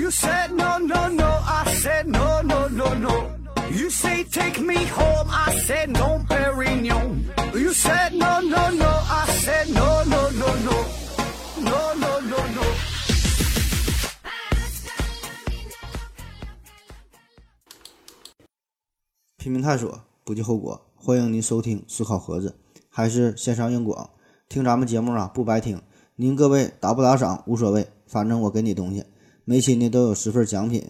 You said no, no, no, I said no, no, no, no. You say take me home, I said no, Perignon. You said no, no, no, I said no, no, no, no. No, no, no, no. 拼命探索，不计后果。欢迎您收听思考盒子，还是线上硬广。听咱们节目啊，不白听。您各位打不打赏无所谓，反正我给你东西。每期呢都有10份奖品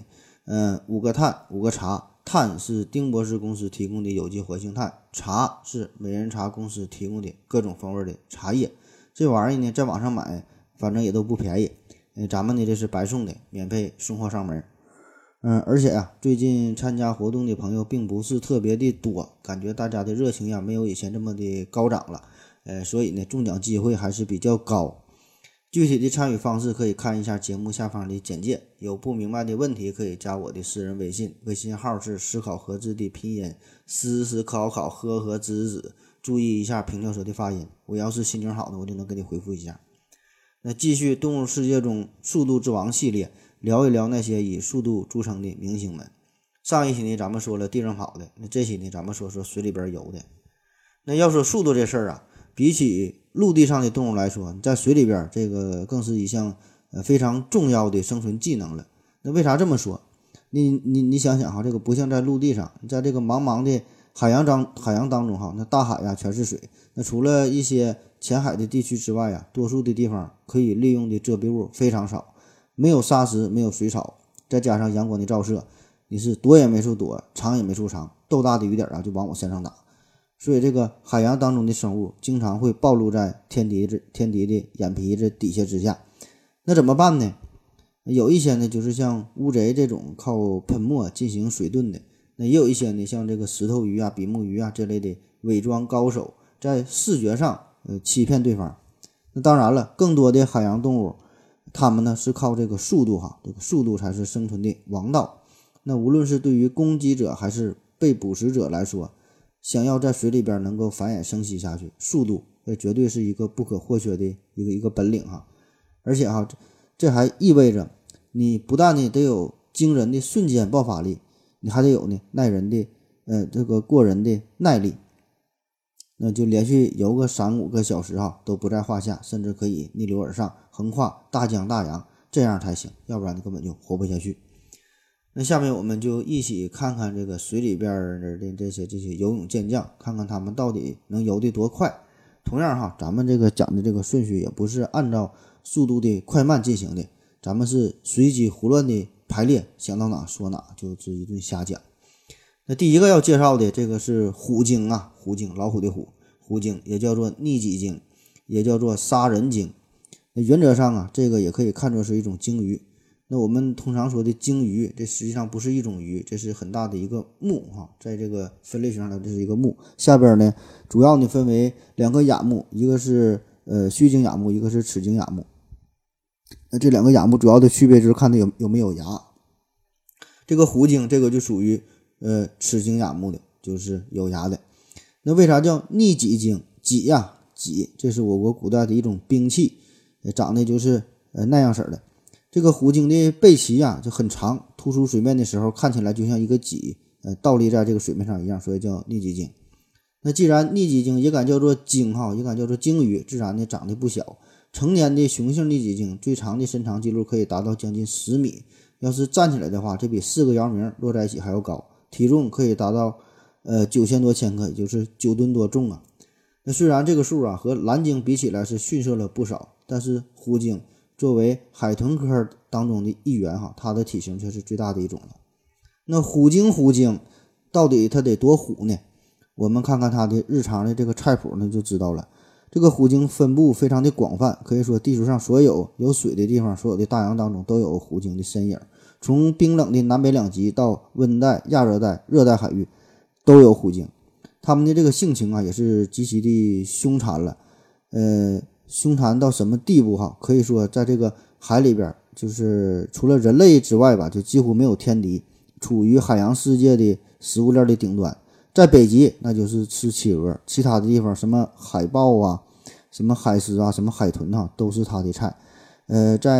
，5个碳，5个茶。碳是丁博士公司提供的有机活性炭，茶是美人茶公司提供的各种风味的茶叶。这玩意儿呢，在网上买，反正也都不便宜。咱们呢这是白送的，免费送货上门。而且啊，最近参加活动的朋友并不是特别的多，感觉大家的热情呀没有以前这么的高涨了。所以呢，中奖机会还是比较高。具体的参与方式可以看一下节目下方的简介，有不明白的问题可以加我的私人微信，微信号是思考盒子的拼音，思考呵呵子，注意一下平翘舌的发音。我要是心情好呢，我就能给你回复一下。那继续动物世界中速度之王系列，聊一聊那些以速度著称的明星们。上一期呢咱们说了地上跑的，那这期呢咱们说说水里边游的。那要说速度这事儿啊，比起陆地上的动物来说，在水里边这个更是一项非常重要的生存技能了。那为啥这么说？你想想哈，这个不像在陆地上，在这个茫茫的海洋当中哈，那大海呀全是水，那除了一些浅海的地区之外啊，多数的地方可以利用的遮蔽物非常少，没有沙石，没有水草，再加上阳光的照射，你是躲也没处躲，藏也没处藏，豆大的雨点啊就往我身上打。所以这个海洋当中的生物经常会暴露在天敌的眼皮子底下之下。那怎么办呢？有一些呢就是像乌贼这种靠喷墨进行水遁的，那也有一些呢像这个石头鱼啊、比目鱼啊这类的伪装高手，在视觉上欺骗对方。那当然了，更多的海洋动物它们呢是靠这个速度哈，这个速度才是生存的王道。那无论是对于攻击者还是被捕食者来说，想要在水里边能够繁衍生息下去，速度绝对是一个不可或缺的一个本领哈。而且哈，这还意味着你不但呢得有惊人的瞬间爆发力，你还得有呢耐人的这个过人的耐力。那就连续游个3-5个小时哈都不在话下，甚至可以逆流而上，横跨大江大洋，这样才行，要不然你根本就活不下去。那下面我们就一起看看这个水里边的这些游泳健将，看看他们到底能游得多快。同样哈，咱们这个讲的这个顺序也不是按照速度的快慢进行的，咱们是随机胡乱的排列，想到哪说哪，就是一顿瞎讲。那第一个要介绍的这个是虎鲸啊，虎鲸，老虎的虎，虎鲸也叫做逆戟鲸，也叫做杀人鲸。那原则上啊，这个也可以看作是一种鲸鱼。那我们通常说的鲸鱼，这实际上不是一种鱼，这是很大的一个目哈，在这个分类学上来，这是一个目。下边呢，主要呢分为2个亚目，一个是须鲸亚目，一个是齿鲸亚目。那这2个亚目主要的区别就是看它有没有牙。这个虎鲸这个就属于齿鲸亚目的，就是有牙的。那为啥叫逆戟鲸？戟呀，戟，这是我国古代的一种兵器，长得就是那样式的。这个虎鲸的背鳍啊就很长，突出水面的时候看起来就像一个戟，倒立在这个水面上一样，所以叫逆戟鲸。那既然逆戟鲸也敢叫做鲸哈，也敢叫做鲸鱼，自然呢长得不小。成年的雄性逆戟鲸最长的身长记录可以达到将近10米，要是站起来的话，这比4个姚明摞在一起还要高。体重可以达到9000多千克，也就是9吨多重啊。那虽然这个数啊和蓝鲸比起来是逊色了不少，但是虎鲸作为海豚科当中的一员哈，它的体型却是最大的一种了。那虎鲸到底它得多虎呢？我们看看它的日常的这个菜谱呢就知道了。这个虎鲸分布非常的广泛，可以说地球上所有有水的地方，所有的大洋当中都有虎鲸的身影。从冰冷的南北两极到温带、亚热带、热带海域都有虎鲸。它们的这个性情啊也是极其的凶残了。凶残到什么地步哈？可以说在这个海里边，就是除了人类之外吧，就几乎没有天敌，处于海洋世界的食物链的顶端。在北极那就是吃企鹅，其他的地方什么海豹啊、什么海狮啊、什么海豚啊，都是它的菜。在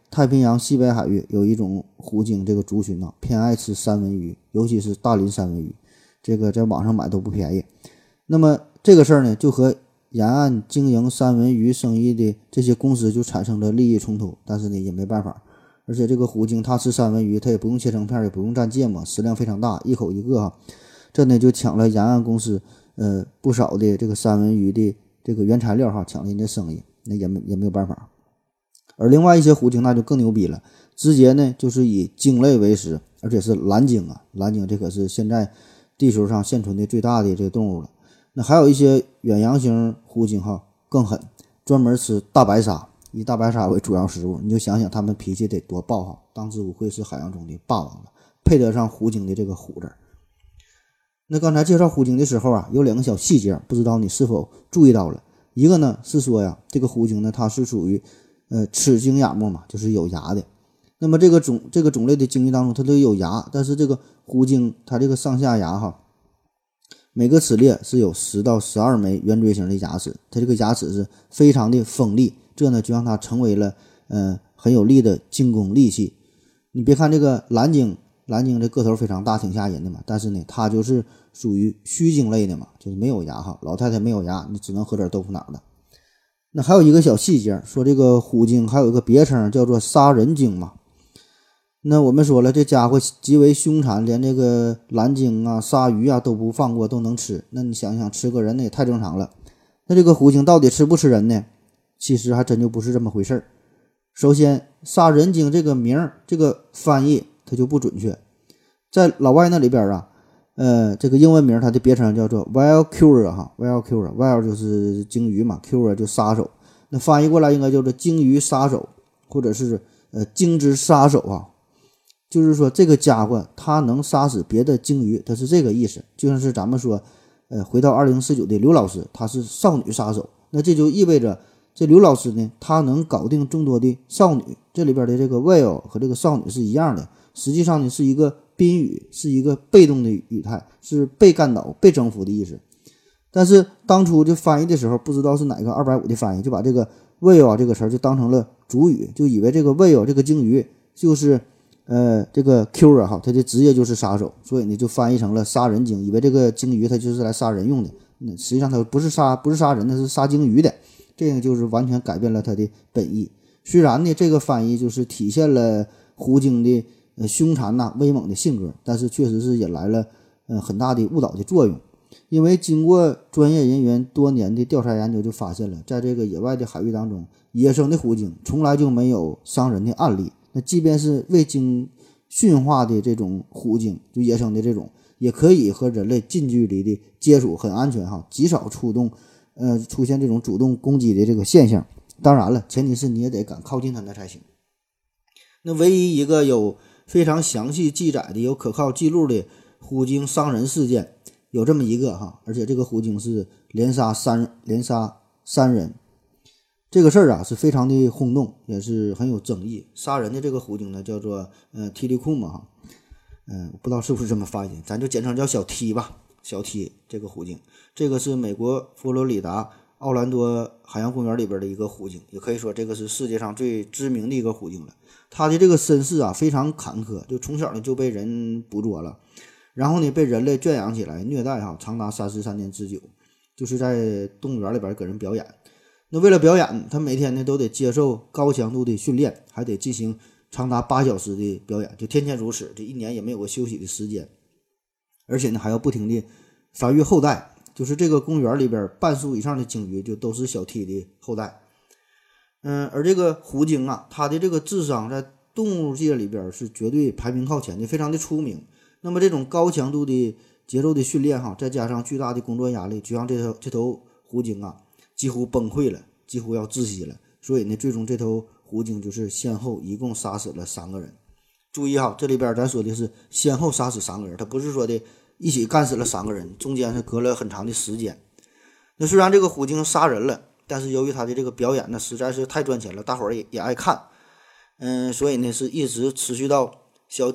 太平洋西北海域有一种虎鲸这个族群呢，偏爱吃三文鱼，尤其是大鳞三文鱼，这个在网上买都不便宜。那么这个事儿呢，就和沿岸经营三文鱼生意的这些公司就产生了利益冲突，但是呢也没办法。而且这个虎鲸它吃三文鱼，它也不用切成片，也不用蘸芥末，食量非常大，一口一个哈，这呢就抢了沿岸公司不少的这个三文鱼的这个原材料哈，抢了人家生意，那也没有办法。而另外一些虎鲸那就更牛逼了，直接呢就是以鲸类为食，而且是蓝鲸啊，蓝鲸这可是现在地球上现存的最大的这个动物了。那还有一些远洋型虎鲸哈更狠，专门吃大白鲨，以大白鲨为主要食物，你就想想他们脾气得多暴哈，当之无愧是海洋中的霸王了，配得上虎鲸的这个虎字。那刚才介绍虎鲸的时候啊，有两个小细节，不知道你是否注意到了。一个呢是说呀，这个虎鲸呢它是属于齿鲸亚目嘛，就是有牙的。那么这个种类的鲸鱼当中它都有牙，但是这个虎鲸它这个上下牙哈，每个齿列是有10到12枚圆锥形的牙齿，它这个牙齿是非常的锋利，这呢就让它成为了很有力的进攻利器。你别看这个蓝鲸这个头非常大，挺吓人的嘛，但是呢它就是属于须鲸类的嘛，就是没有牙哈，老太太没有牙，你只能喝点豆腐脑的。那还有一个小细节，说这个虎鲸还有一个别称叫做杀人鲸嘛。那我们说了，这家伙极为凶残，连这个蓝鲸啊、鲨鱼啊都不放过，都能吃。那你想想，吃个人那也太正常了。那这个虎鲸到底吃不吃人呢？其实还真就不是这么回事儿。首先，杀人鲸这个名儿，这个翻译它就不准确。在老外那里边啊，这个英文名它的别称叫做 Wild Killer 哈 ，Wild Killer，Wild 就是鲸鱼嘛 ，Killer 就杀手。那翻译过来应该叫做鲸鱼杀手，或者是鲸之杀手啊。就是说这个家伙他能杀死别的鲸鱼，他是这个意思。就像是咱们说回到2049的刘老师，他是少女杀手，那这就意味着这刘老师呢，他能搞定众多的少女。这里边的这个 whale 和这个少女是一样的，实际上呢是一个宾语，是一个被动的语态，是被干倒、被征服的意思。但是当初就翻译的时候，不知道是哪个250的翻译，就把这个 whale 这个词就当成了主语，就以为这个 whale 这个鲸鱼就是这个 killer 哈，它的职业就是杀手，所以呢就翻译成了杀人鲸，以为这个鲸鱼它就是来杀人用的。实际上它不是杀人，它是杀鲸鱼的。这个就是完全改变了它的本意。虽然呢这个翻译就是体现了虎鲸的凶残呐、威猛的性格，但是确实是引来了很大的误导的作用。因为经过专业人员多年的调查研究，就发现了在这个野外的海域当中，野生的虎鲸从来就没有伤人的案例。那即便是未经驯化的这种虎鲸，就野生的这种，也可以和人类近距离的接触，很安全哈，极少出现这种主动攻击的这个现象。当然了，前提是你也得敢靠近它那才行。那唯一一个有非常详细记载的、有可靠记录的虎鲸伤人事件，有这么一个哈，而且这个虎鲸是连杀三人。这个事儿啊是非常的轰动，也是很有争议。杀人的这个虎鲸呢叫做提利库嘛哈，不知道是不是这么发音，咱就简称叫小 T 吧。小 T 这个虎鲸，这个是美国佛罗里达奥兰多海洋公园里边的一个虎鲸，也可以说这个是世界上最知名的一个虎鲸了。它的这个身世啊非常坎坷，就从小呢就被人捕捉了，然后呢被人类圈养起来虐待哈，长达33年之久，就是在动物园里边给人表演。那为了表演，他每天呢都得接受高强度的训练，还得进行长达8小时的表演，就天天如此，这1年也没有个休息的时间。而且呢还要不停的繁育后代，就是这个公园里边半数以上的鲸鱼就都是小 T 的后代。而这个虎鲸啊，它的这个智商在动物界里边是绝对排名靠前的，非常的出名。那么这种高强度的节奏的训练哈，再加上巨大的工作压力，就让这头虎鲸啊几乎崩溃了，几乎要窒息了。所以呢，最终这头虎鲸就是先后一共杀死了3个人。注意哈，这里边咱说的是先后杀死3个人，他不是说的一起干死了3个人，中间是隔了很长的时间。那虽然这个虎鲸杀人了，但是由于他的这个表演呢实在是太赚钱了，大伙儿也爱看，所以呢是一直持续到小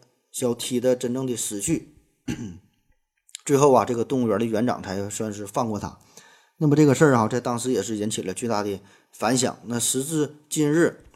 T 的真正的死去。最后啊，这个动物园的园长才算是放过他。那么这个事儿啊，在当时也是引起了巨大的反响。那时至今日，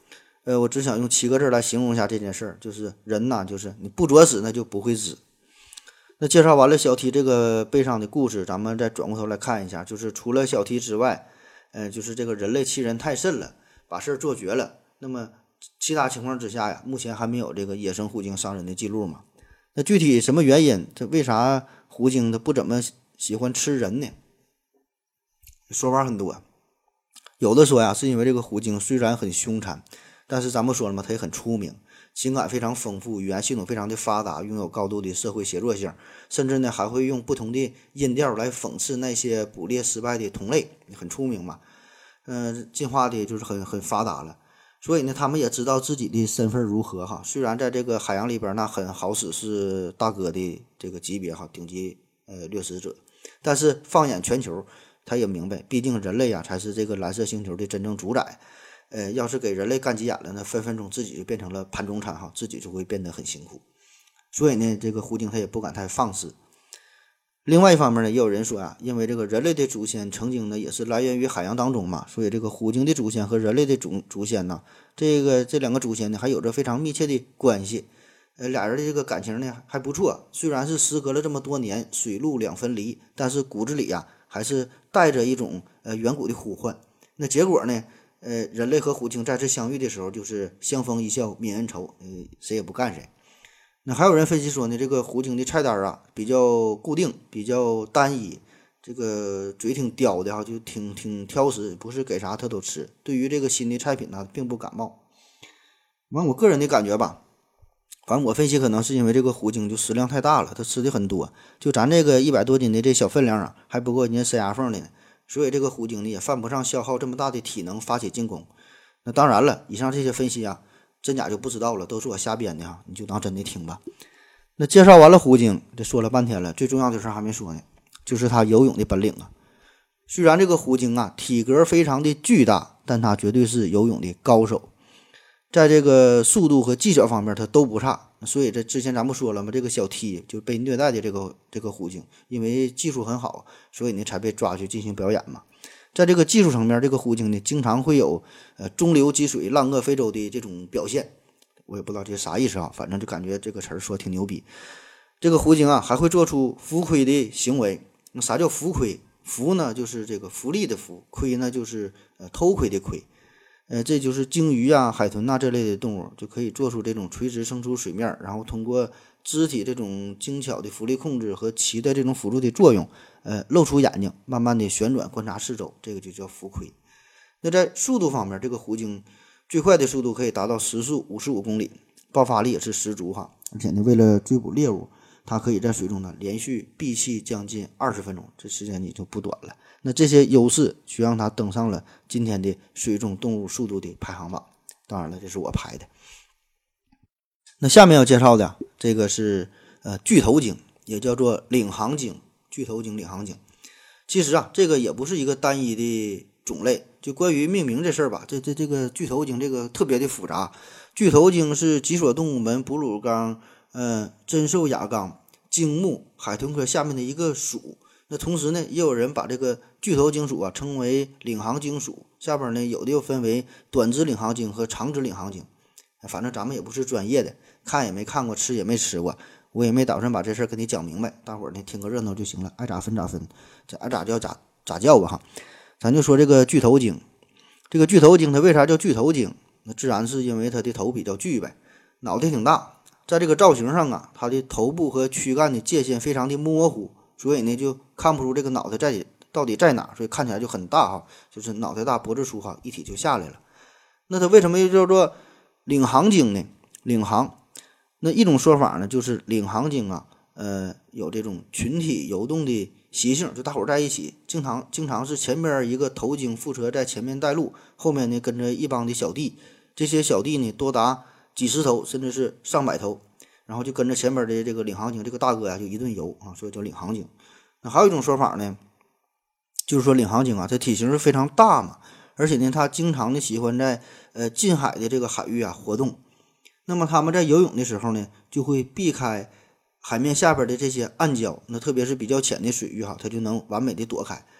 我只想用7个字来形容一下这件事儿，就是人呐，就是你不作死那就不会死。那介绍完了小 T 这个悲伤的故事，咱们再转过头来看一下，就是除了小 T 之外，就是这个人类欺人太甚了，把事儿做绝了。那么其他情况之下呀，目前还没有这个野生虎鲸伤人的记录嘛。那具体什么原因？这为啥虎鲸它不怎么喜欢吃人呢？说法很多，有的说呀，是因为这个虎鲸虽然很凶残，但是咱们说了嘛，它也很出名，情感非常丰富，语言系统非常的发达，拥有高度的社会协作性，甚至呢还会用不同的音调来讽刺那些捕猎失败的同类，很出名嘛。进化的就是很发达了，所以呢，他们也知道自己的身份如何哈。虽然在这个海洋里边那很好使是大哥的这个级别哈，顶级掠食者，但是放眼全球，他也明白，毕竟人类啊才是这个蓝色星球的真正主宰。要是给人类干急眼了呢，分分钟自己就变成了盘中餐哈，自己就会变得很辛苦。所以呢，这个虎鲸它也不敢太放肆。另外一方面呢，也有人说啊，因为这个人类的祖先曾经呢也是来源于海洋当中嘛，所以这个虎鲸的祖先和人类的祖先呢，这两个祖先呢还有着非常密切的关系。俩人的这个感情呢还不错，虽然是时隔了这么多年，水陆两分离，但是骨子里呀还是带着一种远古的呼唤。那结果呢，人类和虎鲸再次相遇的时候，就是相逢一笑泯恩仇，谁也不干谁。那还有人分析说呢，这个虎鲸的菜单啊比较固定，比较单一，这个嘴挺刁的哈，就挺挑食，不是给啥它都吃。对于这个新的菜品呢，并不感冒。完，我个人的感觉吧，反正我分析可能是因为这个虎鲸就食量太大了，它吃的很多，就咱这个100多斤的这小分量啊，还不够人家塞牙缝的呢。所以这个虎鲸呢也犯不上消耗这么大的体能发起进攻。那当然了，以上这些分析啊，真假就不知道了，都是我瞎编的哈，你就当真的听吧。那介绍完了虎鲸，这说了半天了，最重要的事还没说呢，就是它游泳的本领啊。虽然这个虎鲸啊体格非常的巨大，但它绝对是游泳的高手，在这个速度和技巧方面它都不差。所以这之前咱不说了吗？这个小 T 就被虐待的这个虎鲸，因为技术很好，所以呢才被抓去进行表演嘛。在这个技术层面，这个虎鲸呢经常会有中流击水、浪遏飞舟的这种表现。我也不知道这是啥意思啊，反正就感觉这个词儿说挺牛逼。这个虎鲸啊还会做出浮亏的行为。那啥叫浮亏？浮呢就是这个浮力的浮，亏呢就是偷窥的窥。这就是鲸鱼啊、海豚啊这类的动物就可以做出这种垂直升出水面，然后通过肢体这种精巧的浮力控制和鳍的这种辅助的作用，露出眼睛，慢慢的旋转观察四周，这个就叫浮窥。那在速度方面，这个虎鲸最快的速度可以达到时速55公里，爆发力也是十足哈。而且呢，为了追捕猎物，它可以在水中呢连续闭气将近20分钟，这时间也就不短了。那这些优势却让它登上了今天的水中动物速度的排行榜。当然了，这是我排的。那下面要介绍的这个是巨头鲸，也叫做领航鲸。巨头鲸、领航鲸，其实啊，这个也不是一个单一的种类。就关于命名这事儿吧，这个巨头鲸这个特别的复杂。巨头鲸是脊索动物门哺乳纲真兽亚纲鲸目海豚科下面的一个属。那同时呢，也有人把这个巨头鲸属啊称为领航鲸属，下边呢有的又分为短肢领航鲸和长肢领航鲸。反正咱们也不是专业的，看也没看过，吃也没吃过，我也没打算把这事儿跟你讲明白，大伙儿呢听个热闹就行了，爱咋分咋分，这爱咋叫咋叫吧哈。咱就说这个巨头鲸，这个巨头鲸它为啥叫巨头鲸？那自然是因为它的头比较巨呗，脑袋挺大，在这个造型上啊，它的头部和躯干的界限非常的模糊，所以呢就看不出这个脑袋到底在哪，所以看起来就很大哈，就是脑袋大脖子粗哈，一体就下来了。那它为什么又叫做领航鲸呢？领航，那一种说法呢，就是领航鲸啊，有这种群体游动的习性，就大伙儿在一起，经常是前边一个头鲸负责在前面带路，后面呢跟着一帮的小弟，这些小弟呢多达几十头，甚至是上百头，然后就跟着前边的这个领航鲸这个大哥呀，就一顿游啊，所以叫领航鲸。那还有一种说法呢，就是说领航鲸啊，它体型是非常大嘛，而且呢，它经常的喜欢在近海的这个海域啊活动。那么他们在游泳的时候呢，就会避开海面下边的这些暗礁，那特别是比较浅的水域哈，它就能完美的躲开。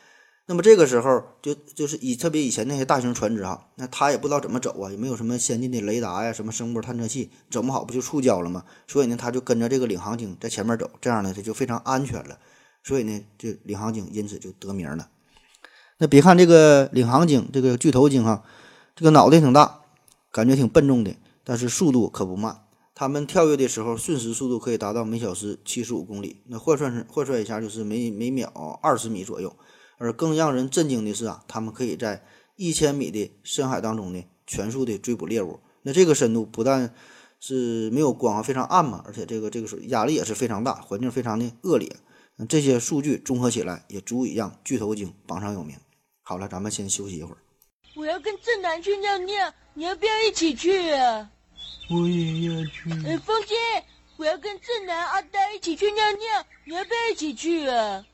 那么这个时候就是特别以前那些大型船只哈，那他也不知道怎么走啊，也没有什么先进的雷达呀，什么声波探测器，整不好不就触礁了吗？所以呢，他就跟着这个领航鲸在前面走，这样呢他就非常安全了。所以呢，这领航鲸因此就得名了。那别看这个领航鲸这个巨头鲸哈，这个脑袋挺大，感觉挺笨重的，但是速度可不慢。它们跳跃的时候，瞬时速度可以达到每小时75公里，那换算一下就是每秒20米左右。而更让人震惊的是啊，它们可以在1000米的深海当中呢，全速的追捕猎物。那这个深度不但是没有光，非常暗嘛，而且这个水压力也是非常大，环境非常的恶劣。那这些数据综合起来，也足以让巨头鲸榜上有名。好了，咱们先休息一会儿。 我要跟正南去尿尿，你要不要一起去啊？ 我也要去。 风姐，我要跟正南、阿呆一起去尿尿，你要不要一起去啊？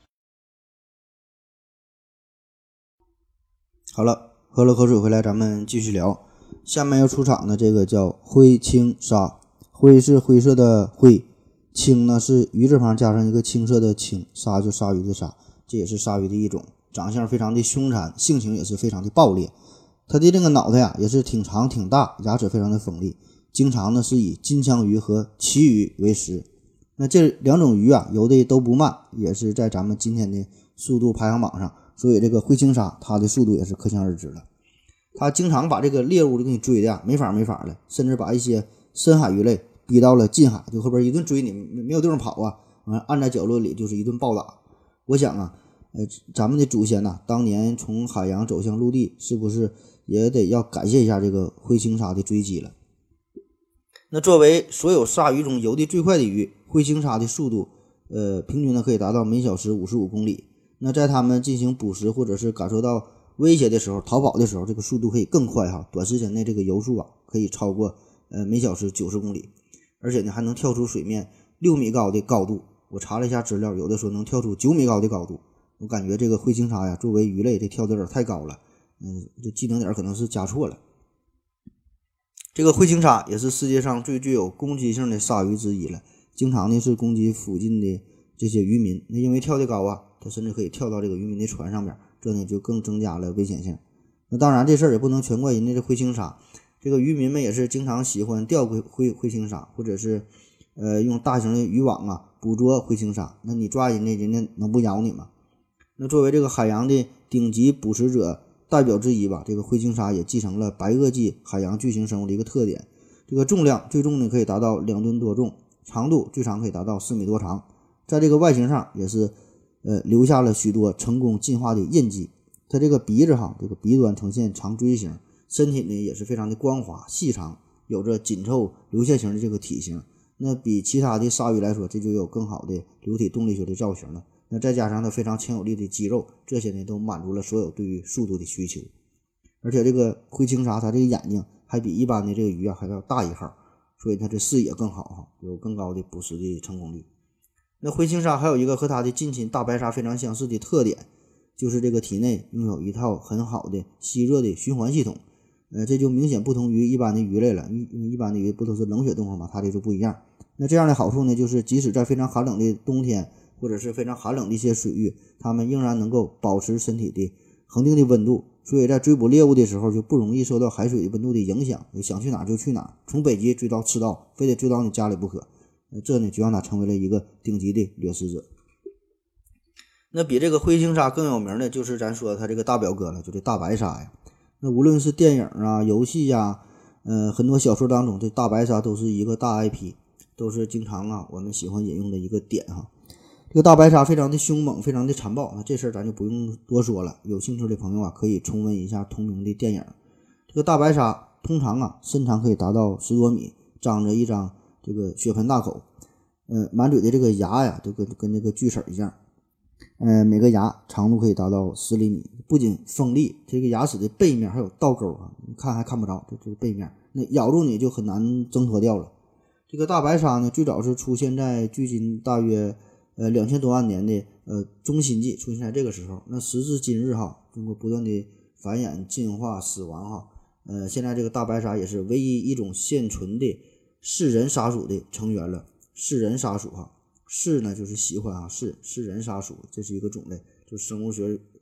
好了，喝了口水回来，咱们继续聊。下面要出场的这个叫灰青鲨，灰是灰色的灰，青呢是鱼字旁加上一个青色的青，鲨就鲨鱼的鲨，这也是鲨鱼的一种，长相非常的凶残，性情也是非常的暴烈。它的这个脑袋呀也是挺长挺大，牙齿非常的锋利，经常呢是以金枪鱼和旗鱼为食。那这两种鱼啊游的都不慢，也是在咱们今天的速度排行榜上，所以这个灰青鲨它的速度也是可想而知了。它经常把这个猎物就给你追的呀没法了，甚至把一些深海鱼类逼到了近海，就后边一顿追你，没有地方跑啊，按在角落里就是一顿暴打。我想啊，咱们的祖先呐，当年从海洋走向陆地，是不是也得要感谢一下这个灰青鲨的追击了？那作为所有鲨鱼中游的最快的鱼，灰青鲨的速度，平均呢可以达到每小时55公里。那在它们进行捕食或者是感受到威胁的时候，逃跑的时候，这个速度可以更快哈，短时间内这个游速啊可以超过每小时90公里，而且呢还能跳出水面6米高的高度。我查了一下资料，有的说能跳出9米高的高度。我感觉这个灰青鲨呀，作为鱼类，这跳的有点太高了，这技能点可能是加错了。这个灰青鲨也是世界上最具有攻击性的鲨鱼之一了，经常呢是攻击附近的这些渔民。那因为跳得高啊，它甚至可以跳到这个渔民的船上面，这呢就更增加了危险性。那当然这事儿也不能全怪人家的灰青鲨，这个渔民们也是经常喜欢钓灰青鲨，或者是用大型的渔网啊捕捉灰青鲨。那你抓人家，人家能不咬你吗？那作为这个海洋的顶级捕食者代表之一吧，这个灰青鲨也继承了白垩纪海洋巨型生物的一个特点。这个重量最重呢可以达到2吨多重，长度最长可以达到4米多长，在这个外形上也是留下了许多成功进化的印记。它这个鼻子哈，这个鼻端呈现长锥形，身体呢也是非常的光滑细长，有着紧凑流线型的这个体型。那比其他的鲨鱼来说，这就有更好的流体动力学的造型了。那再加上它非常强有力的肌肉，这些呢都满足了所有对于速度的需求。而且这个灰青鲨它这个眼睛还比一般的这个鱼啊还要大一号，所以它这视野更好哈，有更高的捕食的成功率。那灰青鲨还有一个和它的近亲大白鲨非常相似的特点，就是这个体内拥有一套很好的吸热的循环系统。这就明显不同于一般的鱼类了，一般的鱼不都是冷血动物嘛，它这就不一样。那这样的好处呢，就是即使在非常寒冷的冬天，或者是非常寒冷的一些水域，它们仍然能够保持身体的恒定的温度，所以在追捕猎物的时候就不容易受到海水温度的影响，想去哪就去哪，从北极追到赤道，非得追到你家里不可。这呢就让它成为了一个顶级的掠食者。那比这个灰青鲨更有名的就是咱说它这个大表哥了，就这大白鲨呀。那无论是电影啊、游戏呀，很多小说当中，这大白鲨都是一个大 IP， 都是经常啊我们喜欢引用的一个点哈。这个大白鲨非常的凶猛，非常的残暴，那这事儿咱就不用多说了。有兴趣的朋友啊，可以重温一下同名的电影。这个大白鲨通常啊身长可以达到10多米，张着一张这个血盆大口，满嘴的这个牙呀，就跟这个锯齿一样。每个牙长度可以达到10厘米，不仅锋利，这个牙齿的背面还有倒钩啊，你看还看不着，这是背面，那咬住你就很难挣脱掉了。这个大白鲨呢，最早是出现在距今大约2000多万年的中新纪，出现在这个时候。那时至今日哈，经过不断的繁衍、进化、死亡哈，现在这个大白鲨也是唯一一种现存的噬人鲨属的成员了。噬人鲨属哈。噬呢就是喜欢啊，噬人鲨属，这是一个种类，就是生物学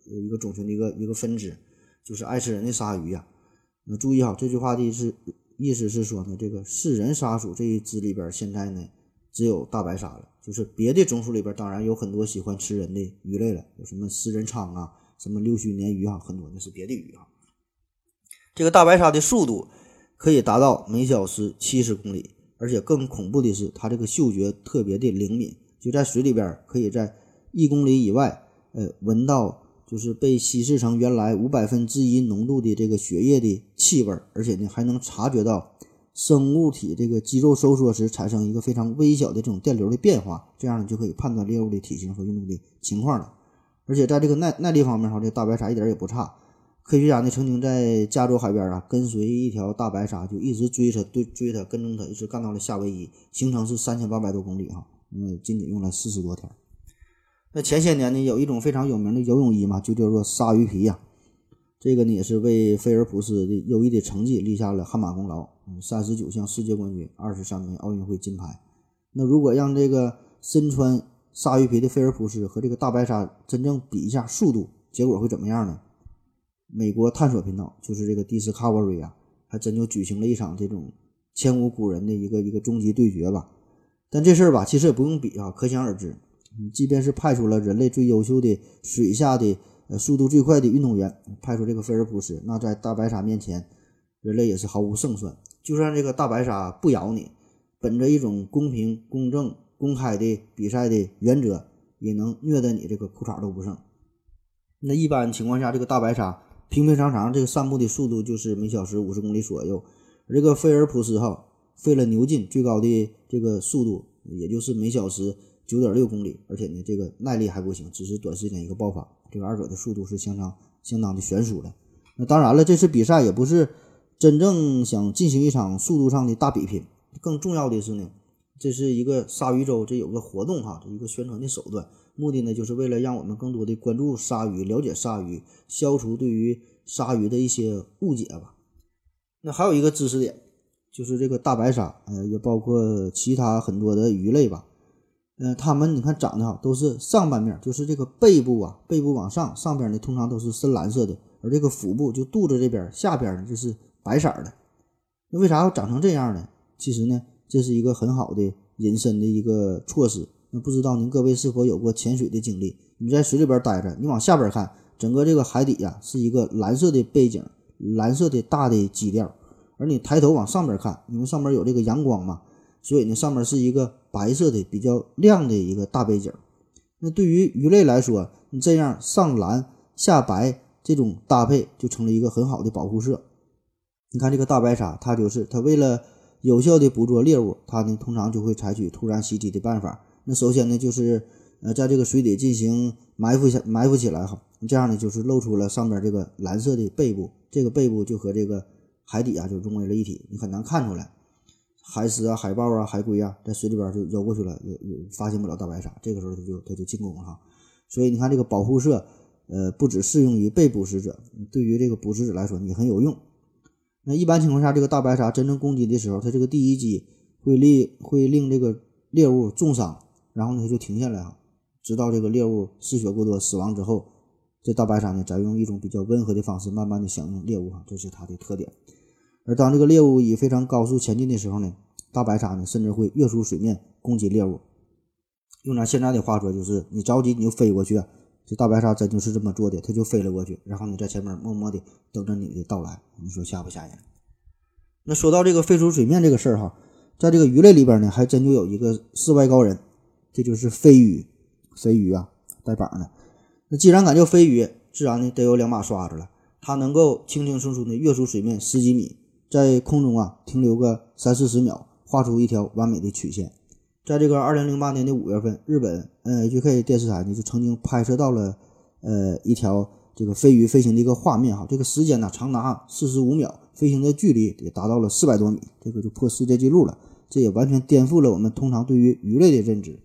一个种群的一个分支，就是爱吃人的鲨鱼呀。那注意哈，这句话的意思是说呢，这个食人鲨属这一支里边现在呢只有大白鲨了，就是别的种属里边当然有很多喜欢吃人的鱼类了，有什么食人鲳啊，什么六须鲶鱼啊，很多那是别的鱼啊。这个大白鲨的速度可以达到每小时70公里，而且更恐怖的是它这个嗅觉特别的灵敏，就在水里边可以在1公里以外闻到就是被稀释成原来1/500浓度的这个血液的气味，而且呢还能察觉到生物体这个肌肉收缩时产生一个非常微小的这种电流的变化，这样呢就可以判断猎物的体型和运动的情况了。而且在这个耐力方面这大白鲨一点也不差。科学家呢曾经在加州海边跟随一条大白鲨，就一直追它跟踪它，一直干到了夏威夷，行程是3800多公里仅仅用了40多天。那前些年呢有一种非常有名的游泳衣嘛，就叫做鲨鱼皮这个呢也是为菲尔普斯的优异的成绩立下了汗马功劳，39项世界冠军，23枚奥运会金牌。那如果让这个身穿鲨鱼皮的菲尔普斯和这个大白鲨真正比一下速度，结果会怎么样呢？美国探索频道就是这个 Discovery 还真就举行了一场这种前无古人的一个终极对决吧。但这事儿吧其实也不用比可想而知，即便是派出了人类最优秀的水下的速度最快的运动员，派出这个菲尔普斯，那在大白鲨面前人类也是毫无胜算。就算这个大白鲨不咬你，本着一种公平公正公开的比赛的原则，也能虐得你这个裤衩都不剩。那一般情况下，这个大白鲨平平常常这个散步的速度就是每小时50公里左右，而这个菲尔普斯费了牛劲最高的这个速度也就是每小时9.6公里，而且呢这个耐力还不行，只是短时间一个爆发，这个二者的速度是相当的悬殊的。那当然了，这次比赛也不是真正想进行一场速度上的大比拼，更重要的是呢，这是一个鲨鱼周，这有个活动这一个宣传的手段，目的呢就是为了让我们更多的关注鲨鱼，了解鲨鱼，消除对于鲨鱼的一些误解吧。那还有一个知识点，就是这个大白鲨也包括其他很多的鱼类吧，它们你看长得都是上半面，就是这个背部往上边呢通常都是深蓝色的，而这个腹部就肚子这边下边呢就是白色的。那为啥要长成这样呢？其实呢这是一个很好的隐身的一个措施。那不知道您各位是否有过潜水的经历？你在水里边待着，你往下边看，整个这个海底是一个蓝色的背景，蓝色的大的基调，而你抬头往上边看，因为上面有这个阳光嘛，所以呢上面是一个白色的比较亮的一个大背景。那对于鱼类来说，你这样上蓝下白这种搭配就成了一个很好的保护色。你看这个大白鲨，它为了有效的捕捉猎物，它呢通常就会采取突然袭击的办法。那首先呢就是在这个水底进行埋伏起来这样呢就是露出了上边这个蓝色的背部，这个背部就和这个海底就融为了一体，你很难看出来。海狮海豹海龟在水里边就游过去了，也发现不了大白鲨，这个时候它就进攻了所以你看这个保护色不只适用于被捕食者，对于这个捕食者来说也很有用。那一般情况下，这个大白鲨真正攻击的时候，它这个第一击会令这个猎物重伤，然后呢它就停下来直到这个猎物失血过多死亡之后，这大白鲨呢再用一种比较温和的方式慢慢的享用猎物这是它的特点。而当这个猎物以非常高速前进的时候呢，大白鲨呢甚至会跃出水面攻击猎物。用咱现在的话说，就是你着急你就飞过去这大白鲨真就是这么做的，它就飞了过去，然后你在前面默默的等着你的到来，你说吓不吓人？那说到这个飞出水面这个事儿在这个鱼类里边呢，还真就有一个世外高人，这就是飞鱼带膀的。那既然敢叫飞鱼，自然呢得有两把刷子了，它能够轻轻松松的跃出水面10几米，在空中停留个30-40秒，画出一条完美的曲线。在这个2008年的5月份，日本 NHK 电视台呢就曾经拍摄到了一条这个飞鱼飞行的一个画面这个时间长达45秒，飞行的距离也达到了400多米，这个就破世界纪录了。这也完全颠覆了我们通常对于鱼类的认知。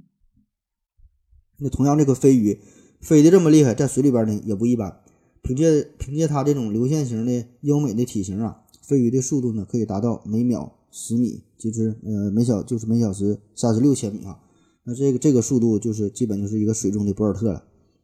那同样这个飞鱼飞得这么厉害，在水里边呢也不一般，凭借它这种流线型的优美的体型飞鱼的速度呢可以达到每秒10米，就是每小时36千米那这个速度就是基本就是一个水中的博尔特了。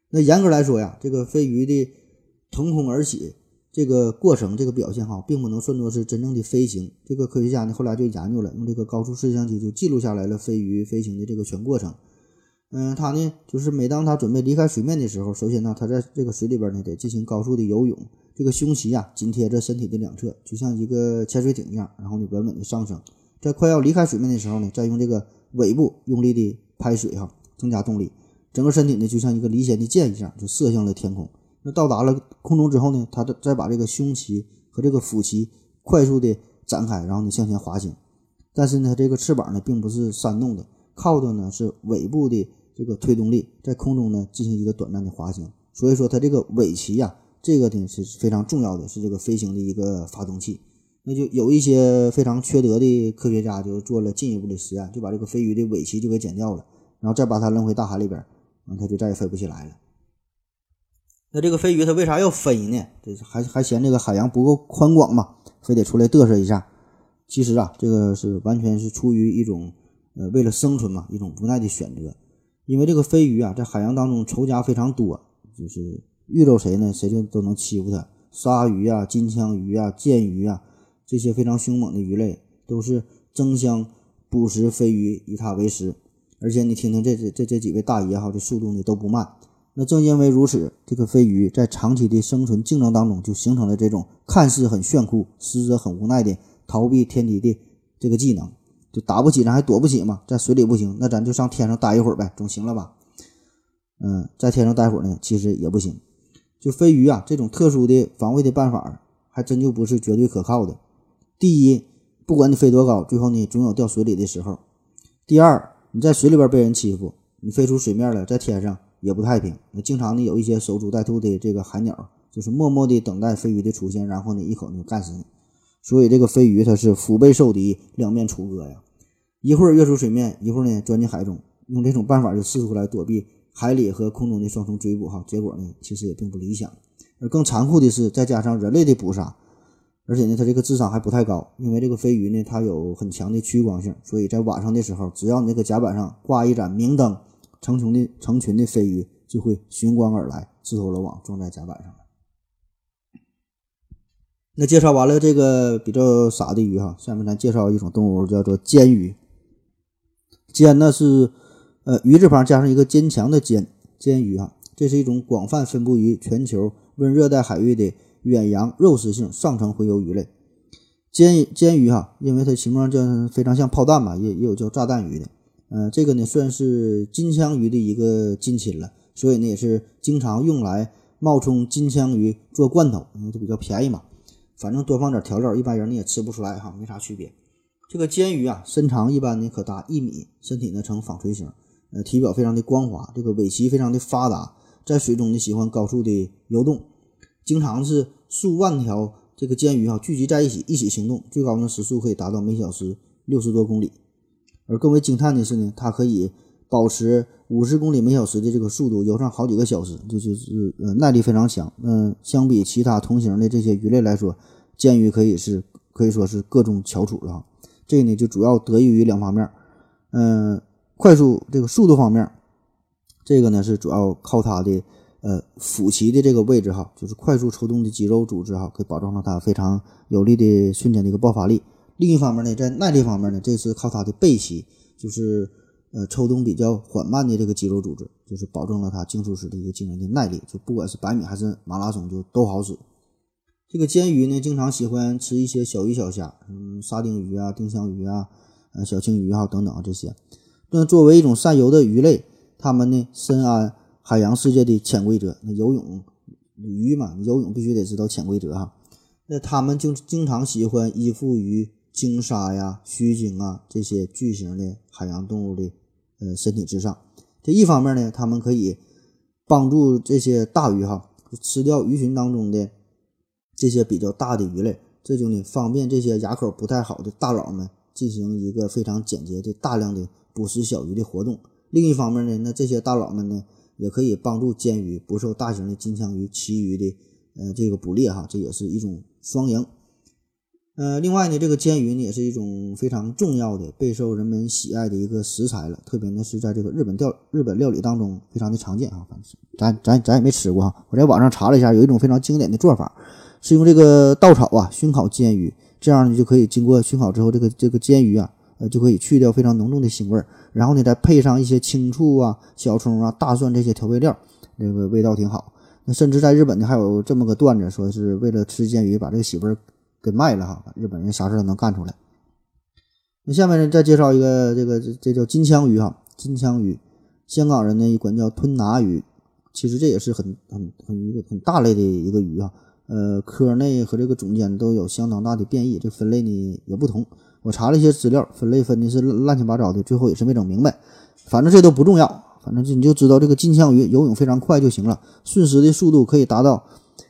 那严格来说呀，这个飞鱼的腾空而起这个过程这个表现并不能算作是真正的飞行。这个科学家呢后来就研究了，用这个高速摄像机就记录下来了飞鱼飞行的这个全过程。他呢就是每当他准备离开水面的时候，首先呢他在这个水里边呢得进行高速的游泳，这个胸鳍紧贴着身体的两侧，就像一个潜水艇一样，然后呢稳稳的上升，在快要离开水面的时候呢，再用这个尾部用力的拍水增加动力，整个身体呢就像一个离弦的箭一样就射向了天空。那到达了空中之后呢，他再把这个胸鳍和这个腹鳍快速的展开，然后呢向前滑行。但是呢这个翅膀呢并不是扇动的，靠的呢是尾部的这个推动力，在空中呢进行一个短暂的滑行。所以说它这个尾鳍这个呢是非常重要的，是这个飞行的一个发动器。那就有一些非常缺德的科学家就做了进一步的实验，就把这个飞鱼的尾鳍就给剪掉了，然后再把它扔回大海里边，它就再也飞不起来了。那这个飞鱼它为啥要飞呢？这还嫌这个海洋不够宽广嘛，非得出来嘚瑟一下。其实这个是完全是出于一种为了生存嘛，一种无奈的选择。因为这个飞鱼在海洋当中仇家非常多，就是遇到谁呢谁就都能欺负它。鲨鱼金枪鱼剑鱼这些非常凶猛的鱼类都是争相捕食飞鱼，以它为食。而且你听听这几位大爷这速度呢都不慢。那正因为如此，这个飞鱼在长期的生存竞争当中就形成了这种看似很炫酷实则很无奈的逃避天敌的这个技能。就打不起咱还躲不起嘛，在水里不行，那咱就上天上待一会儿呗，总行了吧。在天上待会儿呢其实也不行。就飞鱼这种特殊的防卫的办法还真就不是绝对可靠的。第一，不管你飞多高，最后你总有掉水里的时候。第二，你在水里边被人欺负，你飞出水面了，在天上也不太平。经常呢有一些守株待兔的这个海鸟，就是默默地等待飞鱼的出现，然后呢一口就干死你。所以这个飞鱼它是腹背受敌，两面楚歌呀，一会儿跃出水面，一会儿呢钻进海中，用这种办法就试图来躲避海里和空中的双重追捕结果呢其实也并不理想。而更残酷的是再加上人类的捕杀，而且呢它这个智商还不太高，因为这个飞鱼呢它有很强的趋光性，所以在晚上的时候，只要你这个甲板上挂一盏明灯，成群的飞鱼就会寻光而来，自投罗网撞在甲板上了。那介绍完了这个比较傻的鱼下面咱介绍一种动物叫做尖鱼。尖呢是鱼字旁加上一个坚强的尖鱼这是一种广泛分布于全球温热带海域的远洋肉食性上层洄游鱼类。尖鱼因为它形状非常像炮弹嘛，也有叫炸弹鱼的。这个呢算是金枪鱼的一个近亲了，所以呢也是经常用来冒充金枪鱼做罐头，因为它比较便宜嘛。反正多放点调料，一般人你也吃不出来没啥区别。这个尖鱼身长一般呢可达1米，身体呢呈纺锤形，体表非常的光滑，这个尾鳍非常的发达，在水中呢喜欢高速的游动，经常是数万条这个尖鱼聚集在一起行动，最高呢时速可以达到每小时60多公里。而更为惊叹的是呢，它可以保持50公里每小时的这个速度游上好几个小时，这就是耐力非常强。相比其他同型的这些鱼类来说，尖鱼可以说是各中翘楚了。这个呢就主要得益于两方面。快速这个速度方面，这个呢是主要靠它的腹鳍的这个位置就是快速抽动的肌肉组织可以保证了它非常有力的瞬间的一个爆发力。另一方面呢，在耐力方面呢，这是靠它的背鳍，就是抽动比较缓慢的这个肌肉组织，就是保证了它竞速时的一个惊人的耐力，就不管是100米还是马拉松就都好使。这个尖鱼呢经常喜欢吃一些小鱼小虾，沙丁鱼丁香鱼小青鱼等等这些。那作为一种散游的鱼类，它们呢深谙海洋世界的潜规则。那游泳鱼嘛，你游泳必须得知道潜规则那它们就经常喜欢依附于鲸鲨须鲸这些巨型的海洋动物的身体之上。这一方面呢，它们可以帮助这些大鱼吃掉鱼群当中的这些比较大的鱼类，这就呢方便这些牙口不太好的大佬们进行一个非常简洁的大量的捕食小鱼的活动。另一方面呢，那这些大佬们呢也可以帮助尖鱼不受大型的金枪鱼、旗鱼的这个捕猎这也是一种双赢。 另外呢，这个煎鱼呢也是一种非常重要的、备受人们喜爱的一个食材了，特别呢是在这个日本料理当中非常的常见啊。反正咱也没吃过哈，我在网上查了一下，有一种非常经典的做法，是用这个稻草啊熏烤煎鱼，这样呢就可以经过熏烤之后，这个煎鱼啊，就可以去掉非常浓重的腥味，然后呢再配上一些青醋啊、小葱啊、大蒜这些调味料，这个味道挺好。那甚至在日本呢还有这么个段子，说是为了吃煎鱼把这个媳妇儿给卖了哈，日本人啥事都能干出来。那下面呢再介绍一个这叫金枪鱼哈，金枪鱼，香港人呢管叫吞拿鱼，其实这也是很大类的一个鱼啊，科内和这个种间都有相当大的变异，这分类呢也不同。我查了一些资料，分类分的是乱七八糟的，最后也是没整明白。反正这都不重要，反正你就知道这个金枪鱼游泳非常快就行了，瞬时的速度可以达到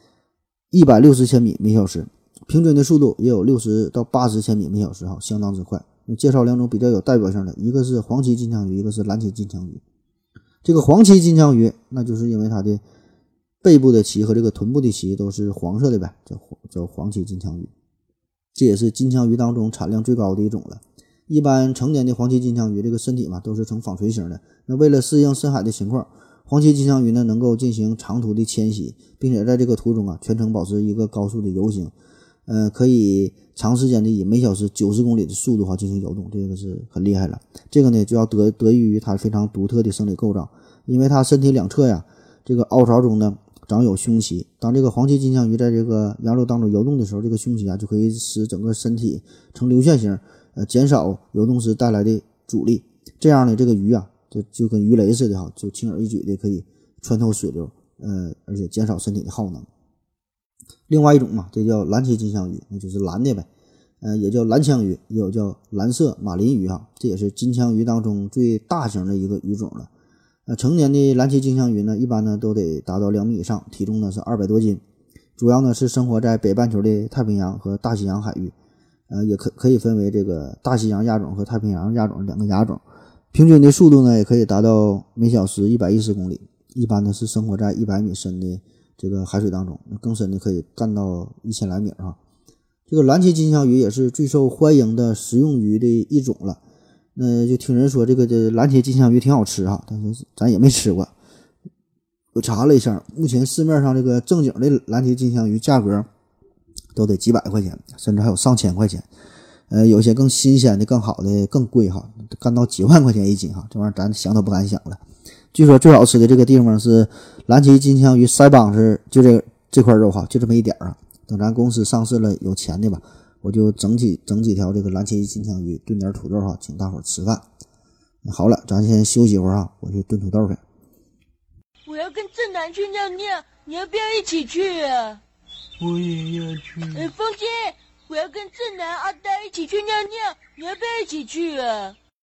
160千米每小时。平均的速度也有60到80千米每小时哈，相当之快。介绍两种比较有代表性的，一个是黄鳍金枪鱼，一个是蓝鳍金枪鱼。这个黄鳍金枪鱼，那就是因为它的背部的鳍和这个臀部的鳍都是黄色的呗，叫黄鳍金枪鱼。这也是金枪鱼当中产量最高的一种了。一般成年的黄鳍金枪鱼这个身体嘛都是呈纺锤形的，那为了适应深海的情况，黄鳍金枪鱼呢能够进行长途的迁徙，并且在这个途中啊全程保持一个高速的游行。可以长时间的以每小时90公里的速度进行游动，这个是很厉害了。这个呢就要得益于它非常独特的生理构造，因为它身体两侧呀这个凹槽中呢长有胸鳍，当这个黄鳍金枪鱼在这个洋流当中游动的时候，这个胸鳍啊就可以使整个身体呈流线型，减少游动时带来的阻力。这样呢这个鱼啊就跟鱼雷似的哈，就轻而易举的可以穿透水流，而且减少身体的耗能。另外一种嘛，这叫蓝鳍金枪鱼，那就是蓝的呗，也叫蓝枪鱼，也有叫蓝色马林鱼哈，这也是金枪鱼当中最大型的一个鱼种了。成年的蓝鳍金枪鱼呢，一般呢都得达到2米以上，体重呢是200多斤，主要呢是生活在北半球的太平洋和大西洋海域，也可以分为这个大西洋亚种和太平洋亚种两个亚种，平均的速度呢也可以达到每小时110公里，一般呢是生活在100米深的这个海水当中，更深的可以干到1000来米哈。这个蓝鳍金枪鱼也是最受欢迎的食用鱼的一种了。那就听人说这蓝鳍金枪鱼挺好吃哈，但是咱也没吃过。我查了一下，目前市面上这个正经的蓝鳍金枪鱼价格都得几百块钱，甚至还有上千块钱。有些更新鲜的、更好的更贵哈，干到几万块钱一斤哈，这玩意儿咱想都不敢想了。据说最好吃的这个地方是蓝鳍金枪鱼腮帮子，就这块肉哈，就这么一点啊。等咱公司上市了，有钱的吧，我就整几条这个蓝鳍金枪鱼，炖点土豆哈，请大伙儿吃饭。好了，咱先休息一会儿哈，我去炖土豆去。 我要跟正南去尿尿，你要不要一起去啊？ 我也要去。 风姐，我要跟正南、阿呆一起去尿尿，你要不要一起去啊？